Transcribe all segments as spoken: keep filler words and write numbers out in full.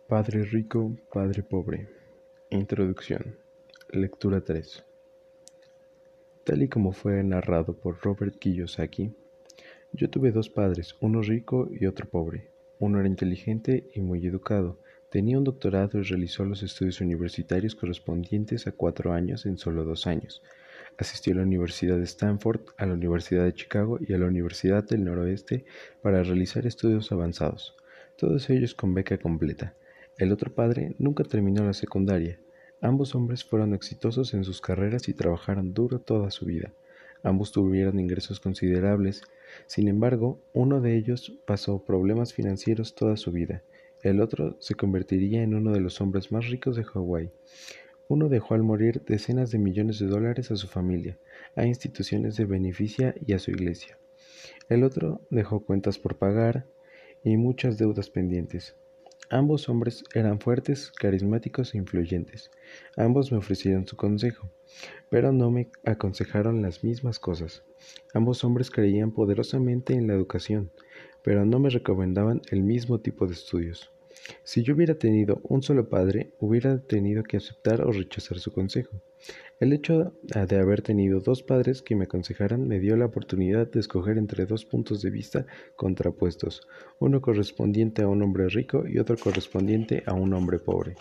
Padre rico, padre pobre. Introducción. Lectura tres. Tal y como fue narrado por Robert Kiyosaki, yo tuve dos padres, uno rico y otro pobre. Uno era inteligente y muy educado, tenía un doctorado y realizó los estudios universitarios correspondientes a cuatro años en solo dos años. Asistió a la Universidad de Stanford, a la Universidad de Chicago y a la Universidad del Noroeste para realizar estudios avanzados, todos ellos con beca completa. El otro padre nunca terminó la secundaria. Ambos hombres fueron exitosos en sus carreras y trabajaron duro toda su vida. Ambos tuvieron ingresos considerables. Sin embargo, uno de ellos pasó problemas financieros toda su vida. El otro se convertiría en uno de los hombres más ricos de Hawái. Uno dejó al morir decenas de millones de dólares a su familia, a instituciones de beneficia y a su iglesia. El otro dejó cuentas por pagar y muchas deudas pendientes. Ambos hombres eran fuertes, carismáticos e influyentes. Ambos me ofrecieron su consejo, pero no me aconsejaron las mismas cosas. Ambos hombres creían poderosamente en la educación, pero no me recomendaban el mismo tipo de estudios. Si yo hubiera tenido un solo padre, hubiera tenido que aceptar o rechazar su consejo. El hecho de haber tenido dos padres que me aconsejaran me dio la oportunidad de escoger entre dos puntos de vista contrapuestos, uno correspondiente a un hombre rico y otro correspondiente a un hombre pobre.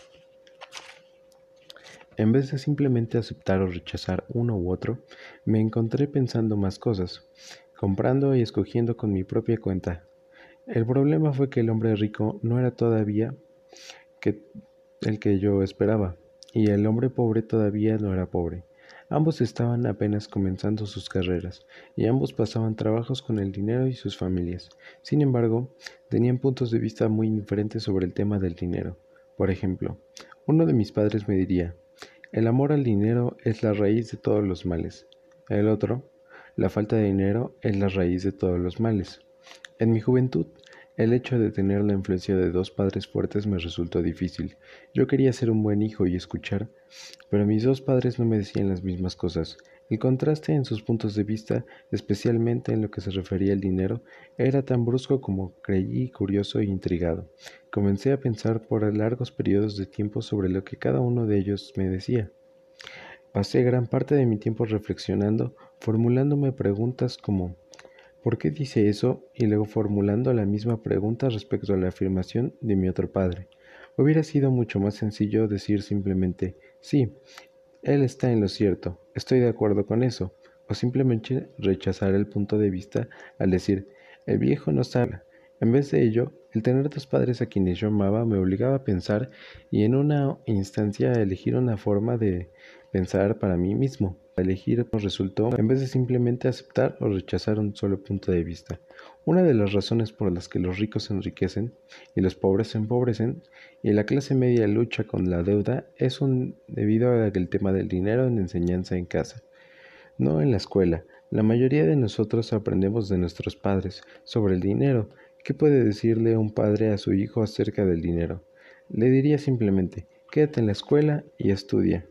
En vez de simplemente aceptar o rechazar uno u otro, me encontré pensando más cosas, comprando y escogiendo con mi propia cuenta. El problema fue que el hombre rico no era todavía que el que yo esperaba, y el hombre pobre todavía no era pobre. Ambos estaban apenas comenzando sus carreras, y ambos pasaban trabajos con el dinero y sus familias. Sin embargo, tenían puntos de vista muy diferentes sobre el tema del dinero. Por ejemplo, uno de mis padres me diría, el amor al dinero es la raíz de todos los males. El otro, la falta de dinero es la raíz de todos los males. En mi juventud, el hecho de tener la influencia de dos padres fuertes me resultó difícil. Yo quería ser un buen hijo y escuchar, pero mis dos padres no me decían las mismas cosas. El contraste en sus puntos de vista, especialmente en lo que se refería al dinero, era tan brusco como creí curioso e intrigado. Comencé a pensar por largos periodos de tiempo sobre lo que cada uno de ellos me decía. Pasé gran parte de mi tiempo reflexionando, formulándome preguntas como ¿por qué dice eso? Y luego formulando la misma pregunta respecto a la afirmación de mi otro padre. Hubiera sido mucho más sencillo decir simplemente, sí, él está en lo cierto, estoy de acuerdo con eso, o simplemente rechazar el punto de vista al decir, el viejo no sabe. En vez de ello, el tener dos padres a quienes yo amaba me obligaba a pensar y en una instancia a elegir una forma de pensar para mí mismo. Elegir nos resultó en vez de simplemente aceptar o rechazar un solo punto de vista. Una de las razones por las que los ricos se enriquecen y los pobres se empobrecen y la clase media lucha con la deuda es un, debido a que el tema del dinero en enseñanza en casa, no en la escuela. La mayoría de nosotros aprendemos de nuestros padres sobre el dinero. ¿Qué puede decirle un padre a su hijo acerca del dinero? Le diría simplemente, quédate en la escuela y estudia.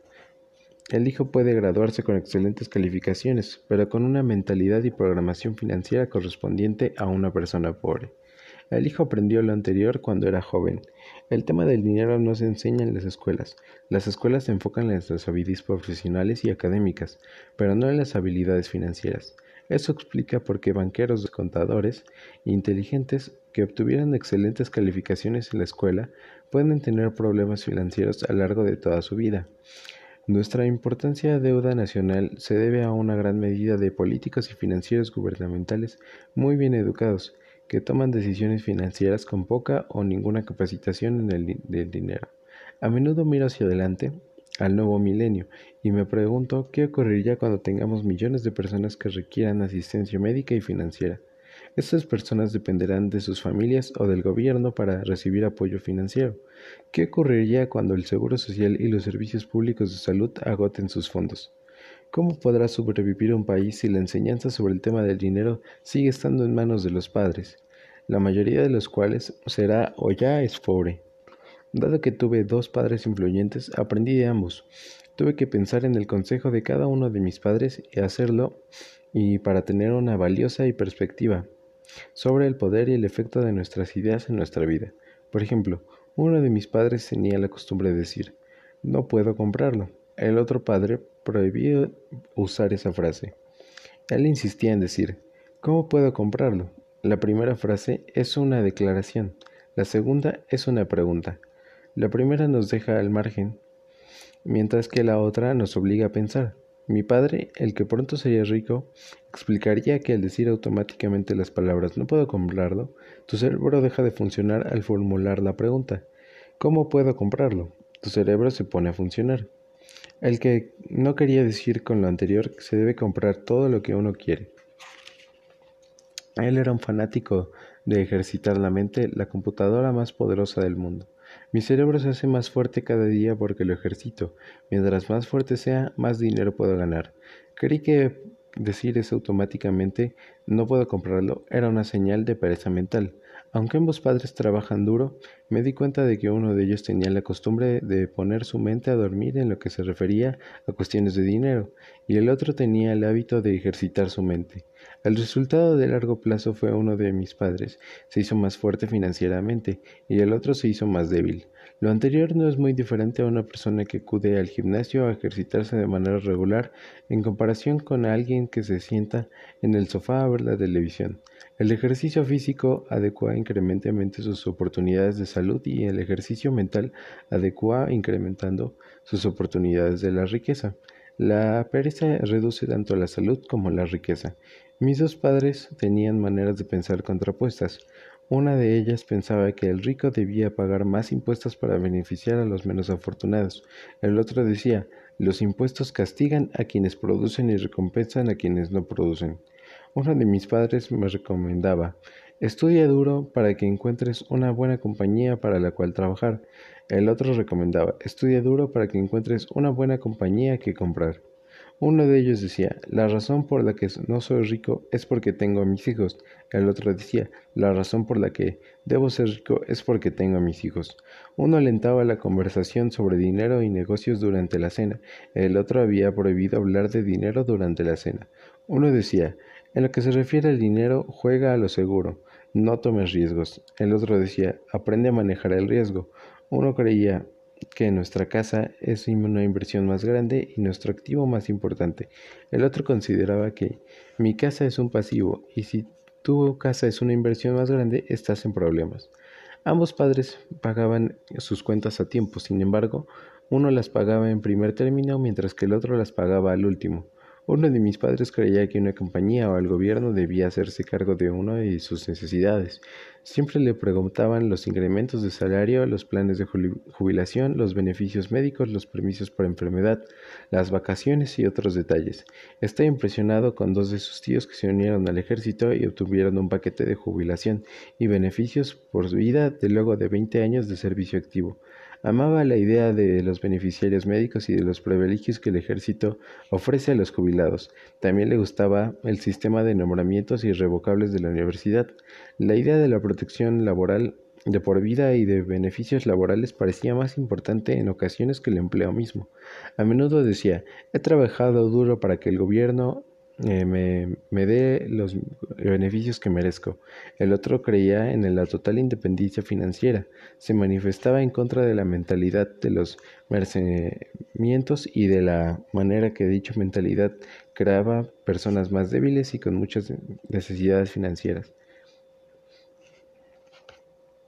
El hijo puede graduarse con excelentes calificaciones, pero con una mentalidad y programación financiera correspondiente a una persona pobre. El hijo aprendió lo anterior cuando era joven. El tema del dinero no se enseña en las escuelas. Las escuelas se enfocan en las habilidades profesionales y académicas, pero no en las habilidades financieras. Eso explica por qué banqueros, contadores inteligentes que obtuvieron excelentes calificaciones en la escuela pueden tener problemas financieros a lo largo de toda su vida. Nuestra importancia deuda nacional se debe a una gran medida de políticos y financieros gubernamentales muy bien educados, que toman decisiones financieras con poca o ninguna capacitación en el del dinero. A menudo miro hacia adelante, al nuevo milenio, y me pregunto qué ocurriría cuando tengamos millones de personas que requieran asistencia médica y financiera. Estas personas dependerán de sus familias o del gobierno para recibir apoyo financiero. ¿Qué ocurriría cuando el Seguro Social y los servicios públicos de salud agoten sus fondos? ¿Cómo podrá sobrevivir un país si la enseñanza sobre el tema del dinero sigue estando en manos de los padres, la mayoría de los cuales será o ya es pobre? Dado que tuve dos padres influyentes, aprendí de ambos. Tuve que pensar en el consejo de cada uno de mis padres y hacerlo y para tener una valiosa y perspectiva sobre el poder y el efecto de nuestras ideas en nuestra vida. Por ejemplo, uno de mis padres tenía la costumbre de decir, no puedo comprarlo. El otro padre prohibió usar esa frase. Él insistía en decir, ¿cómo puedo comprarlo? La primera frase es una declaración, la segunda es una pregunta. La primera nos deja al margen, mientras que la otra nos obliga a pensar. Mi padre, el que pronto sería rico, explicaría que al decir automáticamente las palabras no puedo comprarlo, tu cerebro deja de funcionar al formular la pregunta. ¿Cómo puedo comprarlo? Tu cerebro se pone a funcionar. El que no quería decir con lo anterior que se debe comprar todo lo que uno quiere. Él era un fanático de ejercitar la mente, la computadora más poderosa del mundo. Mi cerebro se hace más fuerte cada día porque lo ejercito. Mientras más fuerte sea, más dinero puedo ganar. Creí que decir eso automáticamente, no puedo comprarlo, era una señal de pereza mental. Aunque ambos padres trabajan duro, me di cuenta de que uno de ellos tenía la costumbre de poner su mente a dormir en lo que se refería a cuestiones de dinero, y el otro tenía el hábito de ejercitar su mente. El resultado de largo plazo fue uno de mis padres se hizo más fuerte financieramente y el otro se hizo más débil. Lo anterior no es muy diferente a una persona que acude al gimnasio a ejercitarse de manera regular en comparación con alguien que se sienta en el sofá a ver la televisión. El ejercicio físico adecua incrementalmente sus oportunidades de salud y el ejercicio mental adecua incrementando sus oportunidades de la riqueza. La pereza reduce tanto la salud como la riqueza. Mis dos padres tenían maneras de pensar contrapuestas. Una de ellas pensaba que el rico debía pagar más impuestos para beneficiar a los menos afortunados. El otro decía, los impuestos castigan a quienes producen y recompensan a quienes no producen. Uno de mis padres me recomendaba, estudia duro para que encuentres una buena compañía para la cual trabajar. El otro recomendaba, estudia duro para que encuentres una buena compañía que comprar. Uno de ellos decía, la razón por la que no soy rico es porque tengo a mis hijos. El otro decía, la razón por la que debo ser rico es porque tengo a mis hijos. Uno alentaba la conversación sobre dinero y negocios durante la cena. El otro había prohibido hablar de dinero durante la cena. Uno decía, en lo que se refiere al dinero, juega a lo seguro, no tomes riesgos. El otro decía, aprende a manejar el riesgo. Uno creía, que nuestra casa es una inversión más grande y nuestro activo más importante. El otro consideraba que mi casa es un pasivo y si tu casa es una inversión más grande, estás en problemas. Ambos padres pagaban sus cuentas a tiempo, sin embargo, uno las pagaba en primer término mientras que el otro las pagaba al último. Uno de mis padres creía que una compañía o el gobierno debía hacerse cargo de uno y sus necesidades. Siempre le preguntaban los incrementos de salario, los planes de jubilación, los beneficios médicos, los permisos por enfermedad, las vacaciones y otros detalles. Estaba impresionado con dos de sus tíos que se unieron al ejército y obtuvieron un paquete de jubilación y beneficios por vida de luego de veinte años de servicio activo. Amaba la idea de los beneficiarios médicos y de los privilegios que el ejército ofrece a los jubilados. También le gustaba el sistema de nombramientos irrevocables de la universidad. La idea de la protección laboral de por vida y de beneficios laborales parecía más importante en ocasiones que el empleo mismo. A menudo decía, he trabajado duro para que el gobierno eh, me, me dé los beneficios que merezco. El otro creía en la total independencia financiera. Se manifestaba en contra de la mentalidad de los merecimientos y de la manera que dicha mentalidad creaba personas más débiles y con muchas necesidades financieras.